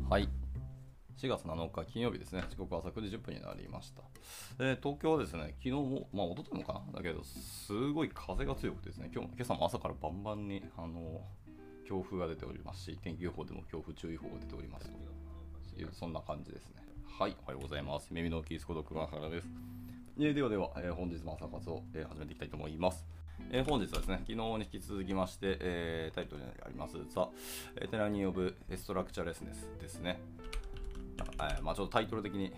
はい。4月7日金曜日ですね。時刻は9時10分になりました。東京はですね、昨日も、一昨日もかなだけど、すごい風が強くてですね、今朝も朝からバンバンに、強風が出ておりますし、天気予報でも強風注意報が出ておりますという、そんな感じですね。はい、おはようございます。耳のキースこと桑原です。では、本日も朝活を、始めていきたいと思います。本日はですね、昨日に引き続きまして、タイトルにあります、ザ・テラニー・オブ・ストラクチャレスネスですね。ちょっとタイトル的に、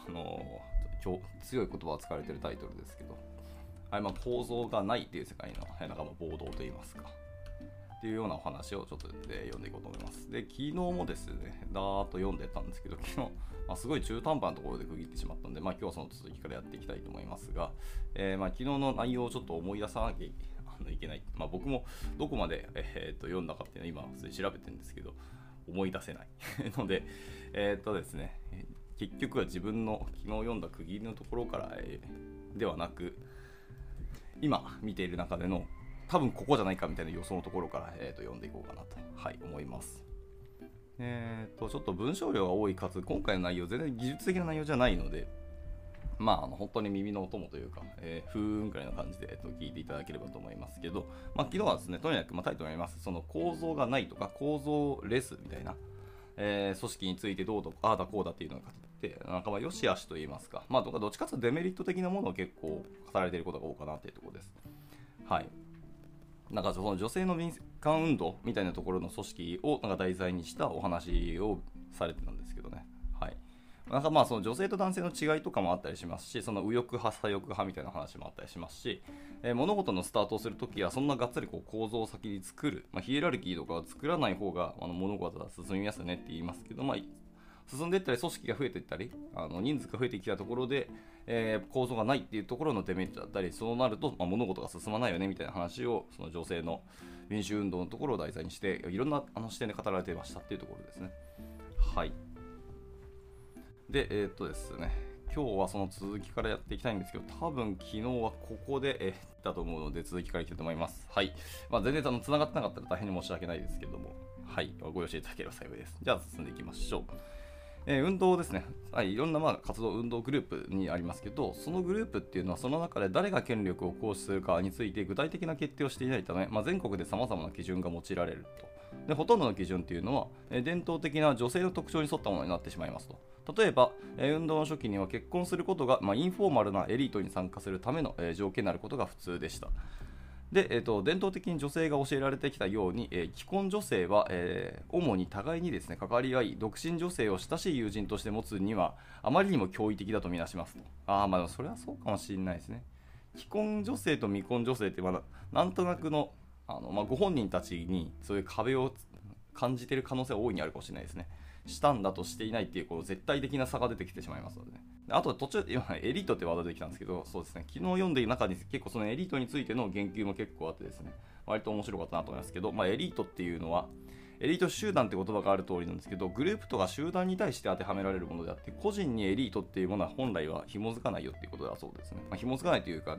強い言葉を使われているタイトルですけど、構造がないっていう世界の、暴動といいますか。っていうようなお話をちょっと、読んでいこうと思います。で、昨日もですね、だーっと読んでたんですけど、昨日、すごい中途半端なところで区切ってしまったので、今日はその続きからやっていきたいと思いますが、昨日の内容をちょっと思い出さなきゃいけない。僕もどこまで、読んだかっていうのは今、それ調べてるんですけど、思い出せないので、ですね、結局は自分の昨日読んだ区切りのところから、ではなく、今見ている中での多分ここじゃないかみたいな予想のところから、読んでいこうかなと、思います。ちょっと文章量が多いかつ今回の内容全然技術的な内容じゃないので、本当に耳のお供というか、ふーんくらいの感じで、聞いていただければと思いますけど、昨日はですね、とにかく、タイトルにあります、その構造がないとか構造レスみたいな、組織についてどうとああだこうだっていうのが語って、良し悪しと言いますか、どっちかというとデメリット的なものを結構語られていることが多いかなというところです。はい。その女性の民間運動みたいなところの組織を題材にしたお話をされてたんですけどね。はい。その女性と男性の違いとかもあったりしますし、その右翼派、左翼派みたいな話もあったりしますし、物事のスタートをするときはそんながっつり構造を先に作る、ヒエラルキーとかを作らない方が物事は進みやすいねって言いますけど、進んでいったり組織が増えていったり人数が増えてきたところで、構造がないっていうところのデメリットだったり、そうなると、物事が進まないよねみたいな話をその女性の民主運動のところを題材にしていろんな視点で語られていましたっていうところですね。はい。で、ですね、今日はその続きからやっていきたいんですけど、多分昨日はここで、だと思うので続きからいきたいと思います。はい。全然繋がってなかったら大変に申し訳ないですけども、はい。ご了承いただければ幸いです。じゃあ進んでいきましょう。運動ですね、いろんな活動、運動グループにありますけど、そのグループっていうのはその中で誰が権力を行使するかについて具体的な決定をしていないため、全国で様々な基準が用いられると。でほとんどの基準っていうのは、伝統的な女性の特徴に沿ったものになってしまいますと。例えば、運動の初期には結婚することが、インフォーマルなエリートに参加するための、条件になることが普通でした。で、伝統的に女性が教えられてきたように、既婚女性は、主に互いにですね関わり合い、独身女性を親しい友人として持つにはあまりにも驚異的だとみなしますと。それはそうかもしれないですね。既婚女性と未婚女性ってなんとなくのご本人たちにそういう壁を感じている可能性は大いにあるかもしれないですね。したんだとしていないっていう絶対的な差が出てきてしまいますのでね。あと途中で今エリートってワードできたんですけど、そうですね、昨日読んでいる中に結構そのエリートについての言及も結構あってですね、割と面白かったなと思いますけど、エリートっていうのはエリート集団って言葉がある通りなんですけど、グループとか集団に対して当てはめられるものであって、個人にエリートっていうものは本来は紐づかないよっていうことだそうですね。紐づかないというか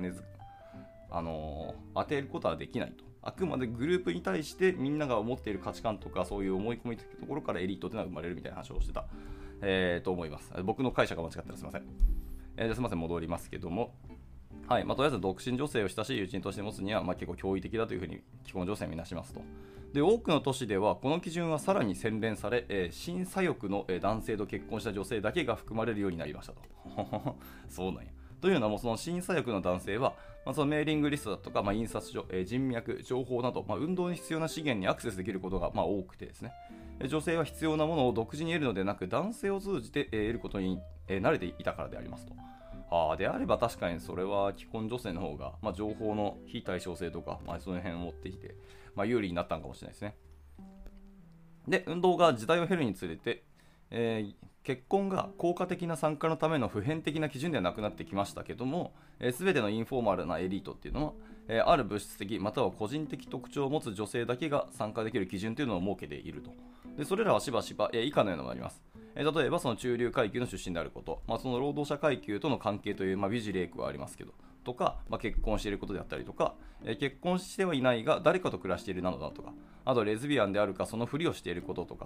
当てることはできないと。あくまでグループに対してみんなが思っている価値観とかそういう思い込みというところからエリートというのは生まれるみたいな話をしてた、と思います。僕の解釈が間違ったらすみません。すみません、戻りますけども、とりあえず独身女性を親しい友人として持つには、結構驚異的だというふうに既婚女性を見なしますと。で多くの都市ではこの基準はさらに洗練され、新左翼の男性と結婚した女性だけが含まれるようになりましたと。そうなんや。というのもその新左翼の男性は、そのメーリングリストだとか、印刷所、人脈、情報など、運動に必要な資源にアクセスできることが多くてですね、女性は必要なものを独自に得るのでなく男性を通じて得ることに慣れていたからでありますと。であれば確かにそれは既婚女性の方が、情報の非対称性とか、その辺を持ってきて、有利になったのかもしれないですね。で運動が時代を経るにつれて、結婚が効果的な参加のための普遍的な基準ではなくなってきましたけども、全てのインフォーマルなエリートっていうのは、ある物質的または個人的特徴を持つ女性だけが参加できる基準というのを設けていると。でそれらはしばしば、以下のようなのがあります。例えばその中流階級の出身であること、その労働者階級との関係という、美辞麗句はありますけどとか、結婚していることであったりとか、結婚してはいないが誰かと暮らしているなどだとか、あとレズビアンであるかそのふりをしていることとか、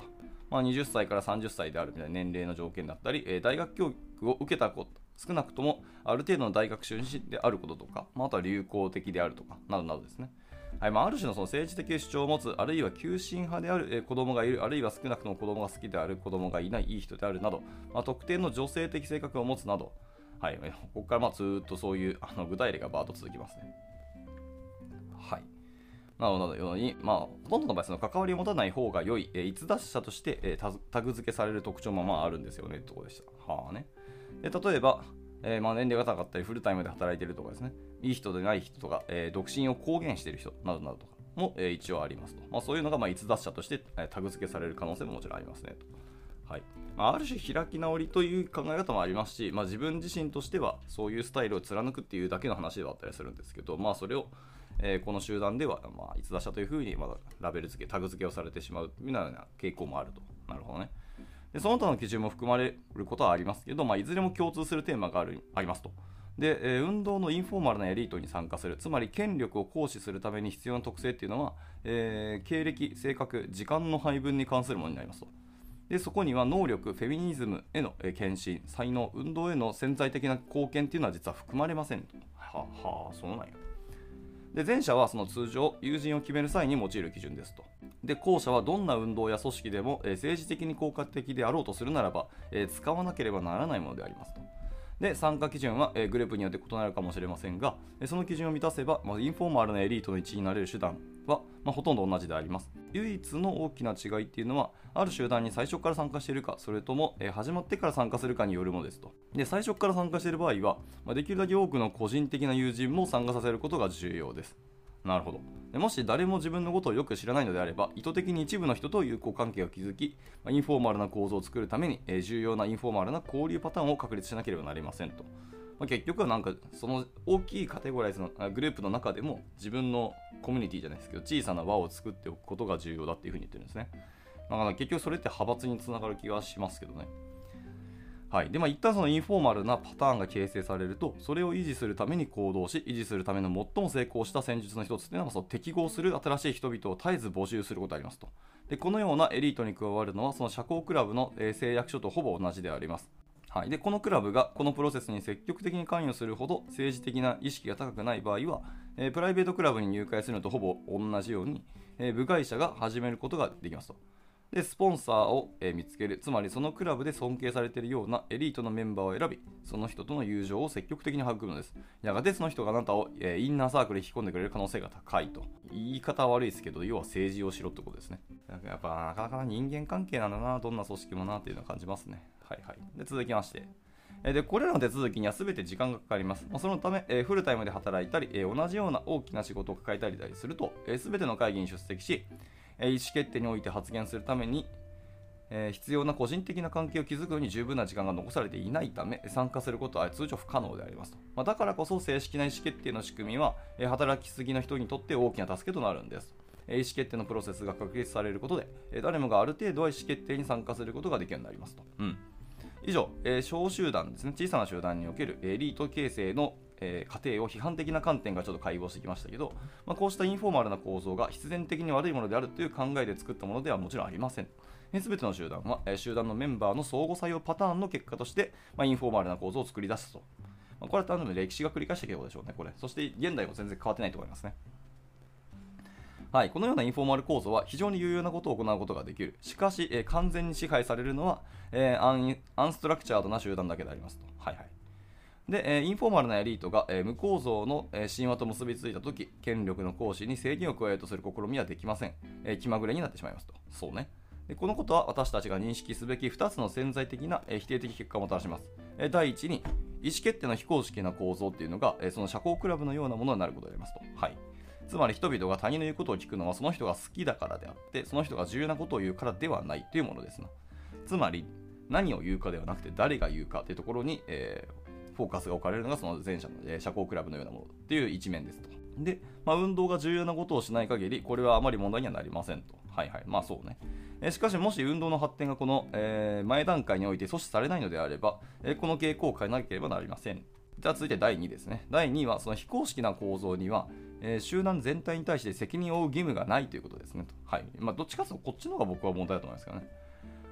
20歳から30歳であるみたいな年齢の条件だったり、大学教育を受けたこと、少なくともある程度の大学修士であることとか、あとは流行的であるとか、などなどですね。はい、ある種のその政治的主張を持つ、あるいは急進派である、子供がいる、あるいは少なくとも子供が好きである、子供がいない、いい人であるなど、特定の女性的性格を持つなど、はい、ここからずっとそういう具体例がバーッと続きますね。はい。なのように、ほとんどの場合、その関わりを持たない方が良い、逸脱者として、タグ付けされる特徴もあるんですよね、ところでした。はあね。で例えば、年齢が高かったり、フルタイムで働いているとかですね、いい人でない人とか、独身を公言している人などなどとかも、一応ありますと。そういうのが逸脱者として、タグ付けされる可能性ももちろんありますねと。はい。ある種開き直りという考え方もありますし、自分自身としてはそういうスタイルを貫くっていうだけの話ではあったりするんですけど、それをこの集団では、逸脱者というふうにラベル付け、タグ付けをされてしまうというような傾向もあると。なるほどね。でその他の基準も含まれることはありますけど、いずれも共通するテーマがありますと。で、運動のインフォーマルなエリートに参加する、つまり権力を行使するために必要な特性っていうのは、経歴、性格、時間の配分に関するものになりますと。でそこには能力、フェミニズムへの献身、才能、運動への潜在的な貢献っていうのは実は含まれませんと。そうなんや。で前者はその通常友人を決める際に用いる基準ですと。で後者はどんな運動や組織でも、政治的に効果的であろうとするならば、使わなければならないものでありますと。で参加基準は、グループによって異なるかもしれませんが、その基準を満たせば、インフォーマルなエリートの一員になれる手段は、ほとんど同じであります。唯一の大きな違いっていうのは、ある集団に最初から参加しているか、それとも、始まってから参加するかによるものですと。で最初から参加している場合は、できるだけ多くの個人的な友人も参加させることが重要です。なるほど。でもし誰も自分のことをよく知らないのであれば、意図的に一部の人と友好関係を築き、インフォーマルな構造を作るために、重要なインフォーマルな交流パターンを確立しなければなりませんと。結局はその大きいカテゴライズのグループの中でも自分のコミュニティじゃないですけど、小さな輪を作っておくことが重要だっていうふうに言ってるんですね。結局それって派閥につながる気がしますけどね。はい。で、一旦そのインフォーマルなパターンが形成されると、それを維持するために行動し、維持するための最も成功した戦術の一つというのは、その適合する新しい人々を絶えず募集することがありますと。で、このようなエリートに加わるのは、その社交クラブの誓約書とほぼ同じであります。はい、でこのクラブがこのプロセスに積極的に関与するほど政治的な意識が高くない場合は、プライベートクラブに入会するのとほぼ同じように、部外者が始めることができますと。でスポンサーを、見つける、つまりそのクラブで尊敬されているようなエリートのメンバーを選び、その人との友情を積極的に育むのです。やがてその人があなたを、インナーサークルに引き込んでくれる可能性が高いと。言い方は悪いですけど、要は政治をしろってことですね。やっぱなかなか人間関係なんだな、どんな組織もなっていうのを感じますね。はいはい。で続きまして。でこれらの手続きには全て時間がかかります。そのため、フルタイムで働いたり、同じような大きな仕事を抱えたりすると、全ての会議に出席し、意思決定において発言するために、必要な個人的な関係を築くのに十分な時間が残されていないため、参加することは通常不可能でありますと。だからこそ正式な意思決定の仕組みは、働きすぎの人にとって大きな助けとなるんです。意思決定のプロセスが確立されることで、誰もがある程度は意思決定に参加することができるようになりますと。以上、小集団ですね、小さな集団におけるエリート形成の過程を批判的な観点がちょっと解剖してきましたけど、こうしたインフォーマルな構造が必然的に悪いものであるという考えで作ったものではもちろんありません。すべての集団は、集団のメンバーの相互作用パターンの結果として、インフォーマルな構造を作り出すと。これは単なる歴史が繰り返した結果でしょうね、これ。そして現代も全然変わってないと思いますね。はい、このようなインフォーマル構造は非常に有用なことを行うことができる。しかし、完全に支配されるのは、アンストラクチャードな集団だけでありますと。はいはい。で、インフォーマルなエリートが、無構造の神話と結びついたとき、権力の行使に制限を加えようとする試みはできません。気まぐれになってしまいますと。そうね。でこのことは私たちが認識すべき2つの潜在的な、否定的結果をもたらします。第一に、意思決定の非公式な構造っていうのが、その社交クラブのようなものになることでありますと。はい。つまり人々が他人の言うことを聞くのはその人が好きだからであって、その人が重要なことを言うからではないというものですな。つまり何を言うかではなくて誰が言うかというところに、フォーカスが置かれるのがその前者の、社交クラブのようなものという一面ですと。で、運動が重要なことをしない限りこれはあまり問題にはなりませんと。はいはい。そうね。しかしもし運動の発展がこの、前段階において阻止されないのであれば、この傾向を変えなければなりません。じゃあ続いて第2ですね。第2はその非公式な構造には、集団全体に対して責任を負う義務がないということですね。はい。どっちかというとこっちの方が僕は問題だと思いますけどね。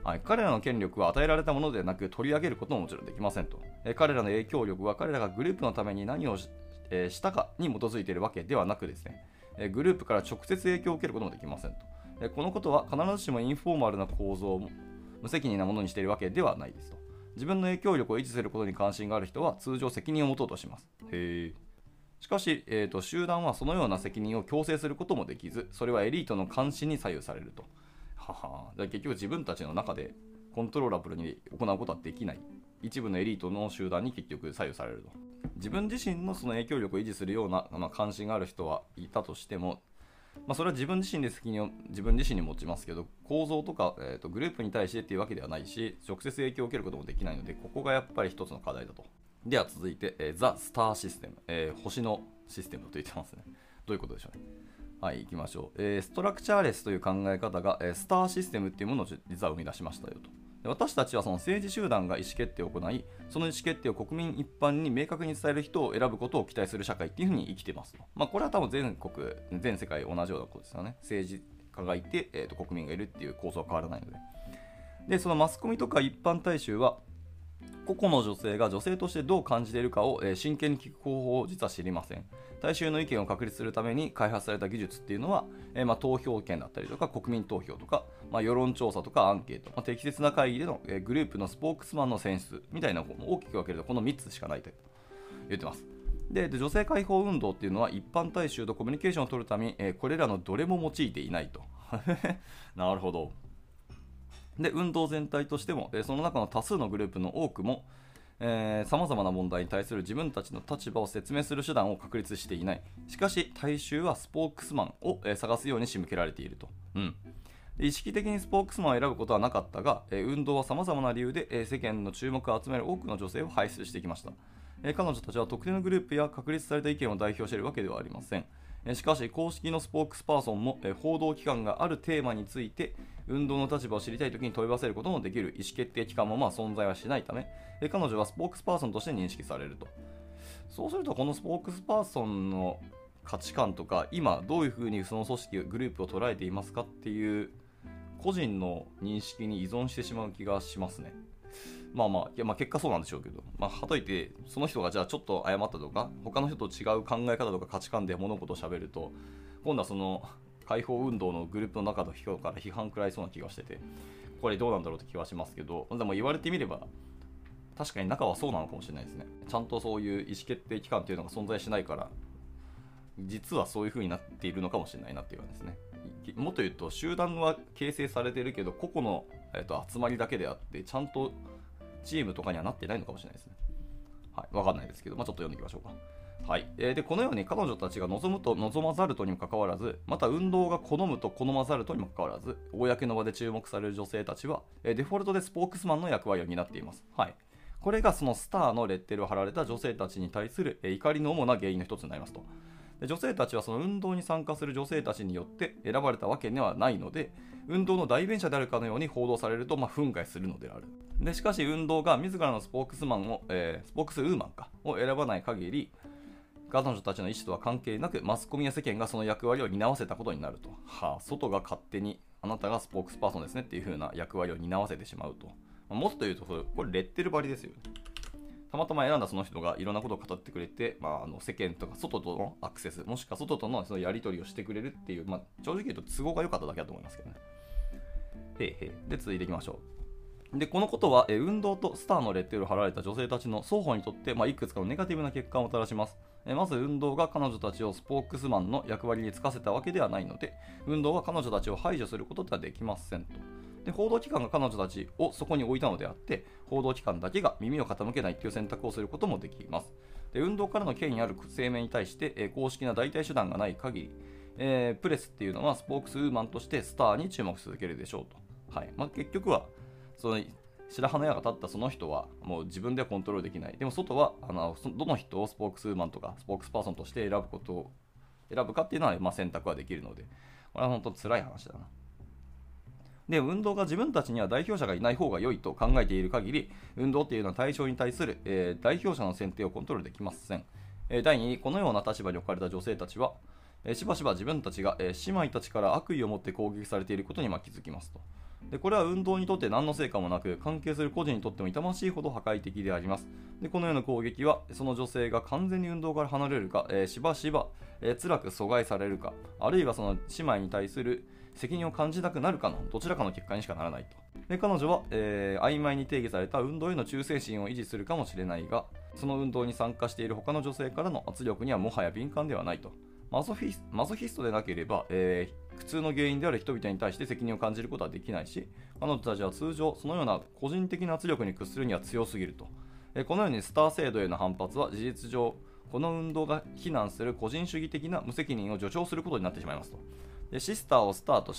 はい、彼らの権力は与えられたものでなく取り上げることももちろんできませんと。彼らの影響力は彼らがグループのために何をしたかに基づいているわけではなくですね、グループから直接影響を受けることもできませんと。このことは必ずしもインフォーマルな構造を無責任なものにしているわけではないですと。自分の影響力を維持することに関心がある人は通常責任を持とうとします。しかし、集団はそのような責任を強制することもできず、それはエリートの監視に左右されると。結局自分たちの中でコントローラブルに行うことはできない。一部のエリートの集団に結局左右されると。自分自身のその影響力を維持するような、関心がある人はいたとしても、それは自分自身で責任を自分自身に持ちますけど、構造とか、グループに対してっていうわけではないし、直接影響を受けることもできないので、ここがやっぱり一つの課題だと。では続いて、ザ・スターシステム、星のシステムと言ってますね。どういうことでしょうね。はい、行きましょう。ストラクチャーレスという考え方が、スターシステムっていうものを実は生み出しましたよと。で、私たちはその政治集団が意思決定を行い、その意思決定を国民一般に明確に伝える人を選ぶことを期待する社会っていうふうに生きてますと。これは多分全世界同じようなことですよね。政治家がいて、国民がいるっていう構造は変わらないので。で、そのマスコミとか一般大衆は、個々の女性が女性としてどう感じているかを真剣に聞く方法を実は知りません。大衆の意見を確立するために開発された技術っていうのは、投票権だったりとか国民投票とか、世論調査とかアンケート、適切な会議での、グループのスポークスマンの選出みたいな大きく分けるとこの3つしかないと言ってます。で、女性解放運動っていうのは一般大衆とコミュニケーションを取るために、これらのどれも用いていないと。なるほど。で、運動全体としても、その中の多数のグループの多くも、さまざまな問題に対する自分たちの立場を説明する手段を確立していない。しかし、大衆はスポークスマンを、探すように仕向けられていると。意識的にスポークスマンを選ぶことはなかったが、運動はさまざまな理由で、世間の注目を集める多くの女性を輩出してきました。彼女たちは特定のグループや確立された意見を代表しているわけではありません。しかし、公式のスポークスパーソンも、報道機関があるテーマについて運動の立場を知りたいときに問い合わせることのできる意思決定機関も存在はしないため、彼女はスポークスパーソンとして認識されると。そうすると、このスポークスパーソンの価値観とか、今どういうふうにその組織、グループを捉えていますかっていう個人の認識に依存してしまう気がしますね。結果そうなんでしょうけど、はといてその人がじゃあちょっと誤ったとか他の人と違う考え方とか価値観で物事を喋ると、今度はその解放運動のグループの中の人から批判食らいそうな気がしてて、これどうなんだろうって気はしますけど、でも言われてみれば確かに中はそうなのかもしれないですね。ちゃんとそういう意思決定機関っていうのが存在しないから、実はそういう風になっているのかもしれないなっていう感じですね。もっと言うと、集団は形成されているけど個々の、集まりだけであってちゃんとチームとかにはなってないのかもしれないですね。はい、わかんないですけど、ちょっと読んでいきましょうか。はい。で、このように彼女たちが望むと望まざるとにもかかわらず、また運動が好むと好まざるとにもかかわらず、公の場で注目される女性たちは、デフォルトでスポークスマンの役割を担っています。はい。これがそのスターのレッテルを貼られた女性たちに対する、怒りの主な原因の一つになりますと。で、女性たちはその運動に参加する女性たちによって選ばれたわけではないので、運動の代弁者であるかのように報道されると憤慨するのである。で、しかし運動が自らのスポークスウーマンを選ばない限り、彼女たちの意思とは関係なくマスコミや世間がその役割を担わせたことになると。外が勝手にあなたがスポークスパーソンですねっていう風な役割を担わせてしまうと。もっと言うとこれレッテル張りですよ。たまたま選んだその人がいろんなことを語ってくれて、世間とか外とのアクセス、もしくは外とのそのやり取りをしてくれるっていう、正直言うと都合が良かっただけだと思いますけどね。で、続いていきましょう。で、このことは、運動とスターのレッテルを貼られた女性たちの双方にとって、いくつかのネガティブな結果をもたらします。まず、運動が彼女たちをスポークスマンの役割に就かせたわけではないので、運動は彼女たちを排除することではできませんと。で、報道機関が彼女たちをそこに置いたのであって、報道機関だけが耳を傾けないという選択をすることもできます。で、運動からの権威ある声明に対して、公式な代替手段がない限り、プレスっていうのはスポークスウーマンとしてスターに注目し続けるでしょうと。はい。結局は、その白羽の矢が立ったその人はもう自分ではコントロールできない。でも外はどの人をスポークスウーマンとかスポークスパーソンとして選ぶかっていうのは選択はできるので、これは本当に辛い話だな。で、運動が自分たちには代表者がいない方が良いと考えている限り、運動っていうのは対象に対する、代表者の選定をコントロールできません。第2に、このような立場に置かれた女性たちは、しばしば自分たちが、姉妹たちから悪意を持って攻撃されていることに気づきますと。 でこれは運動にとって何の成果もなく、関係する個人にとっても痛ましいほど破壊的であります。でこのような攻撃は、その女性が完全に運動から離れるか、しばしば、辛く阻害されるか、あるいはその姉妹に対する責任を感じなくなるかのどちらかの結果にしかならないと。で彼女は、曖昧に定義された運動への忠誠心を維持するかもしれないが、その運動に参加している他の女性からの圧力にはもはや敏感ではないと。マゾヒストでなければ、苦痛の原因である人々に対して責任を感じることはできないし、彼女たちは通常そのような個人的な圧力に屈するには強すぎると。このようにスター制度への反発は事実上この運動が非難する個人主義的な無責任を助長することになってしまいますと。でシスターをスターとして、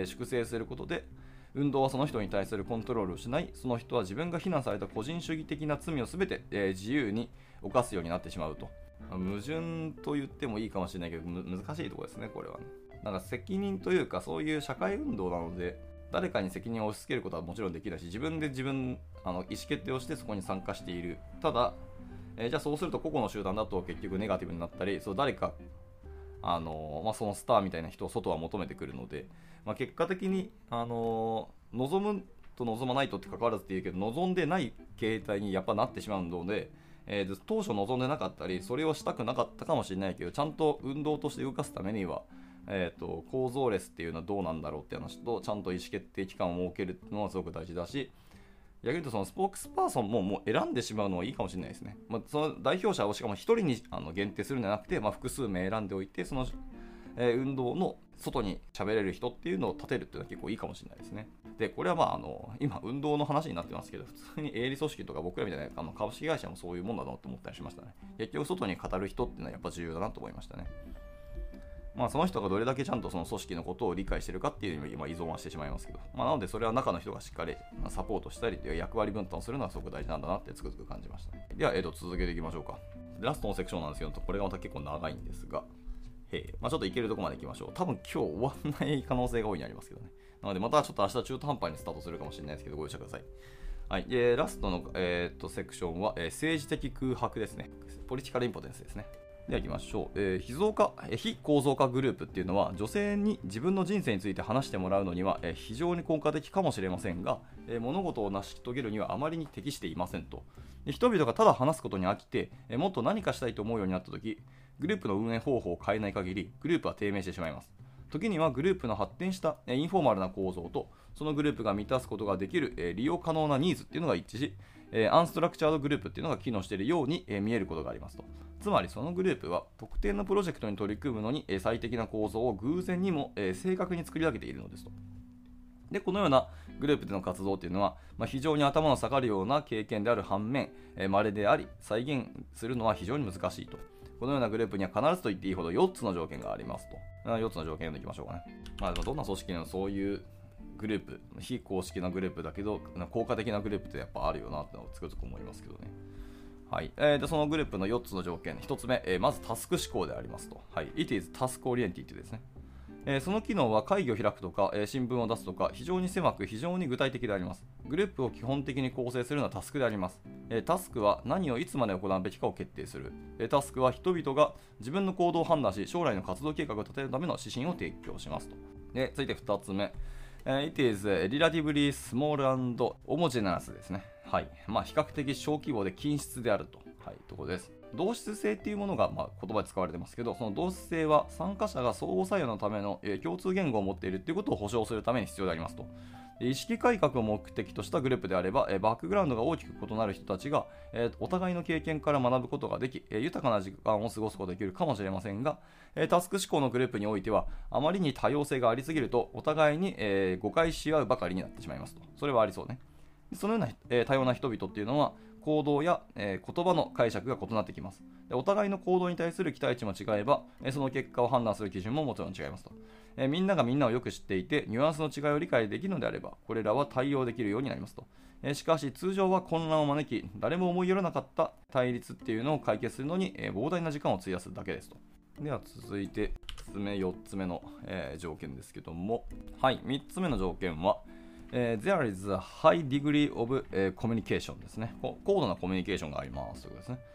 粛清することで、運動はその人に対するコントロールを失い、その人は自分が非難された個人主義的な罪を全て、自由に犯すようになってしまうと。矛盾と言ってもいいかもしれないけど、難しいところですね、これはね。なんか責任というか、そういう社会運動なので、誰かに責任を押し付けることはもちろんできないし、自分で意思決定をしてそこに参加している。ただ、じゃあそうすると個々の集団だと結局ネガティブになったり、誰かそのスターみたいな人を外は求めてくるので、結果的に、望むと望まないとって関わらずって言うけど、望んでない形態にやっぱなってしまうので、当初望んでなかったり、それをしたくなかったかもしれないけど、ちゃんと運動として動かすためには、構造レスっていうのはどうなんだろうって話と、ちゃんと意思決定期間を設けるのはすごく大事だし、逆に言うとそのスポークスパーソンもう選んでしまうのはいいかもしれないですね。その代表者をしかも1人に限定するんじゃなくて、複数名選んでおいて、その、運動の外に喋れる人っていうのを立てるっていうのは結構いいかもしれないですね。でこれは今運動の話になってますけど、普通に営利組織とか僕らみたいな株式会社もそういうもんだなと思ったりしましたね。結局外に語る人っていうのはやっぱ重要だなと思いましたね。その人がどれだけちゃんとその組織のことを理解しているかっていうのに今依存はしてしまいますけど、なのでそれは中の人がしっかりサポートしたりという役割分担をするのはすごく大事なんだなってつくづく感じました。では、続けていきましょうか。ラストのセクションなんですけど、これがまた結構長いんですが、ちょっといけるとこまでいきましょう。多分今日終わらない可能性が大いにありますけどね。なのでまたちょっと明日中途半端にスタートするかもしれないですけど、ご容赦ください。はい、ラストの、セクションは、政治的空白ですね。ポリティカルインポテンスですね。では行きましょう。非構造化グループっていうのは、女性に自分の人生について話してもらうのには、非常に効果的かもしれませんが、物事を成し遂げるにはあまりに適していませんと。で人々がただ話すことに飽きて、もっと何かしたいと思うようになったとき、グループの運営方法を変えない限り、グループは低迷してしまいます。時にはグループの発展したインフォーマルな構造と、そのグループが満たすことができる利用可能なニーズっていうのが一致し、アンストラクチャードグループっていうのが機能しているように見えることがありますと。つまりそのグループは特定のプロジェクトに取り組むのに最適な構造を偶然にも正確に作り上げているのですと。でこのようなグループでの活動というのは、非常に頭の下がるような経験である反面、稀であり再現するのは非常に難しいと。このようなグループには必ずと言っていいほど4つの条件がありますと。4つの条件でいきましょうかね。でもどんな組織でもそういうグループ、非公式なグループだけど効果的なグループってやっぱあるよなってのをつくづく思いますけどね。はい。でそのグループの4つの条件、1つ目、まずタスク思考でありますと。はい。It is task oriented ですね。その機能は会議を開くとか、新聞を出すとか、非常に狭く非常に具体的であります。グループを基本的に構成するのはタスクであります。タスクは何をいつまで行うべきかを決定する。タスクは人々が自分の行動を判断し、将来の活動計画を立てるための指針を提供しますと。で続いて2つ目。It is relatively small and homogeneous ですね。はい。比較的小規模で均質であると。はい。ところです。同質性っていうものが、言葉で使われてますけど、その同質性は参加者が相互作用のための、共通言語を持っているということを保証するために必要でありますと。意識改革を目的としたグループであれば、バックグラウンドが大きく異なる人たちが、お互いの経験から学ぶことができ、豊かな時間を過ごすことができるかもしれませんが、タスク思考のグループにおいては、あまりに多様性がありすぎると、お互いに、誤解し合うばかりになってしまいますと。それはありそうね。そのような、多様な人々っていうのは、行動や、言葉の解釈が異なってきます。でお互いの行動に対する期待値も違えば、その結果を判断する基準ももちろん違いますと。みんながみんなをよく知っていて、ニュアンスの違いを理解できるのであれば、これらは対応できるようになりますと。しかし、通常は混乱を招き、誰も思い寄らなかった対立っていうのを解決するのに、膨大な時間を費やすだけですと。では続いて、4つ目の、条件ですけども、はい、3つ目の条件は、There is a high degree of communication ですね。高度なコミュニケーションがありますということですね。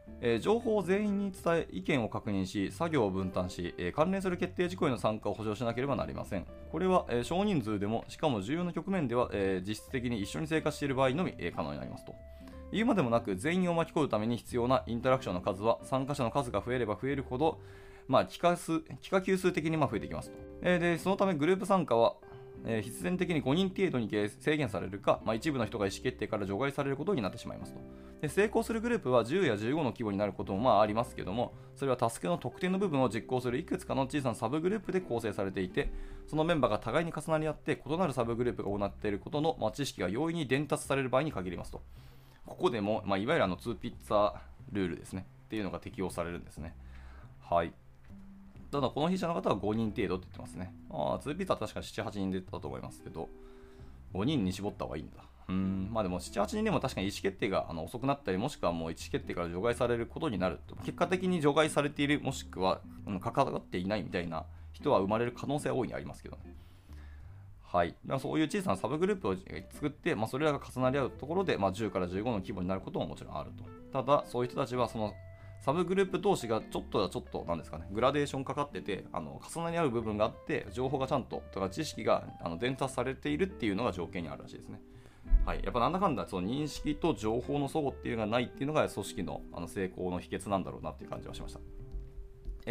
情報を全員に伝え、意見を確認し、作業を分担し、関連する決定事項への参加を保証しなければなりません。これは、少人数でも、しかも重要な局面では、実質的に一緒に生活している場合のみ、可能になりますと。言うまでもなく、全員を巻き込むために必要なインタラクションの数は、参加者の数が増えれば増えるほど、幾何級数的に増えていきますと。で、そのためグループ参加は、必然的に5人程度に制限されるか、一部の人が意思決定から除外されることになってしまいますと。で、成功するグループは10や15の規模になることもありますけども、それはタスクの特定の部分を実行するいくつかの小さなサブグループで構成されていて、そのメンバーが互いに重なり合って異なるサブグループが行っていることの、知識が容易に伝達される場合に限りますと。ここでも、いわゆる2ピッツァルールですねっていうのが適用されるんですね。はい。ただこの筆者の方は5人程度って言ってますね。2ピッツァは確か7、8人でたと思いますけど、5人に絞った方がいいんだ。でも7、8人でも確かに意思決定が遅くなったり、もしくはもう意思決定から除外されることになると。結果的に除外されている、もしくは関わっていないみたいな人は生まれる可能性は大いにありますけどね。はい。だからそういう小さなサブグループを作って、それらが重なり合うところで、10から15の規模になることももちろんあると。ただ、そういう人たちはそのサブグループ同士がちょっとなんですかね、グラデーションかかってて、重なり合う部分があって、情報がちゃんと、知識が伝達されているっていうのが条件にあるらしいですね。はい。やっぱなんだかんだ、その認識と情報の齟齬っていうのがないっていうのが組織の成功の秘訣なんだろうなっていう感じはしました。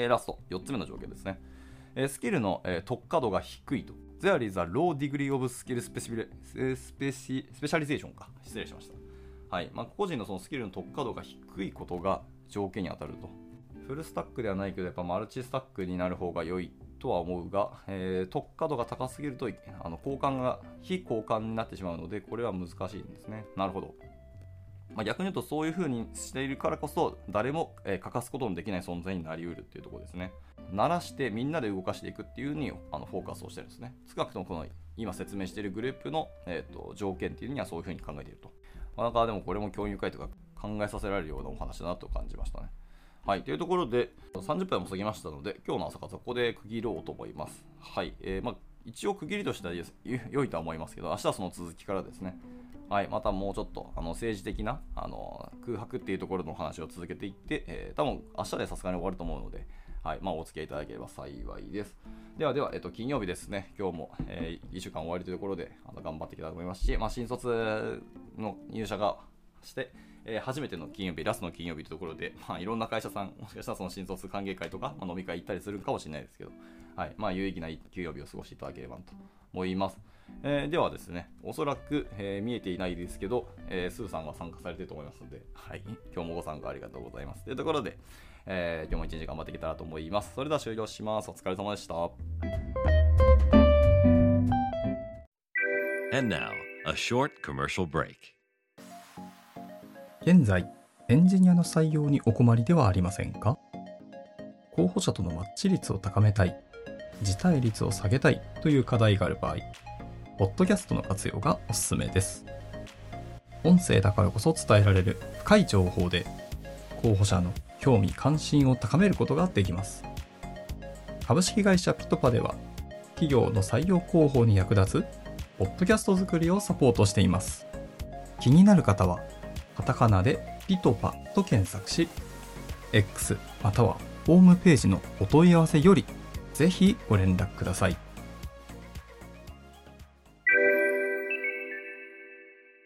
ラスト、4つ目の条件ですね。スキルの特化度が低いと。There is a low degree of skill specialization か。失礼しました。はい。個々人のそのスキルの特化度が低いことが条件に当たると。フルスタックではないけど、やっぱマルチスタックになる方が良いとは思うが、特化度が高すぎると非交換になってしまうので、これは難しいんですね。なるほど。逆に言うと、そういう風にしているからこそ、誰も欠かすことのできない存在になりうるっていうところですね。鳴らしてみんなで動かしていくっていう風にフォーカスをしてるんですね。少なくともこの今説明しているグループの、条件っていうにはそういう風に考えていると。でもこれも興味深いとか考えさせられるようなお話だなと感じましたね。はい、というところで30分も過ぎましたので、今日の朝活はここで区切ろうと思います。はい、一応区切りとしては良いとは思いますけど、明日はその続きからですね。はい、またもうちょっと政治的な空白っていうところの話を続けていって、多分明日でさすがに終わると思うので、はい、お付き合いいただければ幸いです。では、金曜日ですね、今日も、1週間終わりというところで頑張っていきたいと思いますし、新卒の入社がして、初めての金曜日、ラストの金曜日というところで、いろんな会社さん、もしかしたらその新卒歓迎会とか、飲み会行ったりするかもしれないですけど、はい、有意義な金曜日を過ごしていただければと思います。ではですね、おそらく、見えていないですけど、スーさんは参加されていると思いますので、はい、今日もご参加ありがとうございます。というところで、今日も一日頑張っていけたらと思います。それでは終了します。お疲れ様でした。 And now, a short commercial break. 現在、エンジニアの採用にお困りではありませんか？候補者とのマッチ率を高めたい、辞退率を下げたいという課題がある場合、ポッドキャストの活用がおすすめです。音声だからこそ伝えられる深い情報で、候補者の興味関心を高めることができます。株式会社ピトパでは、企業の採用広報に役立つポッドキャスト作りをサポートしています。気になる方は、カタカナでピトパと検索し、X またはホームページのお問い合わせよりぜひご連絡ください。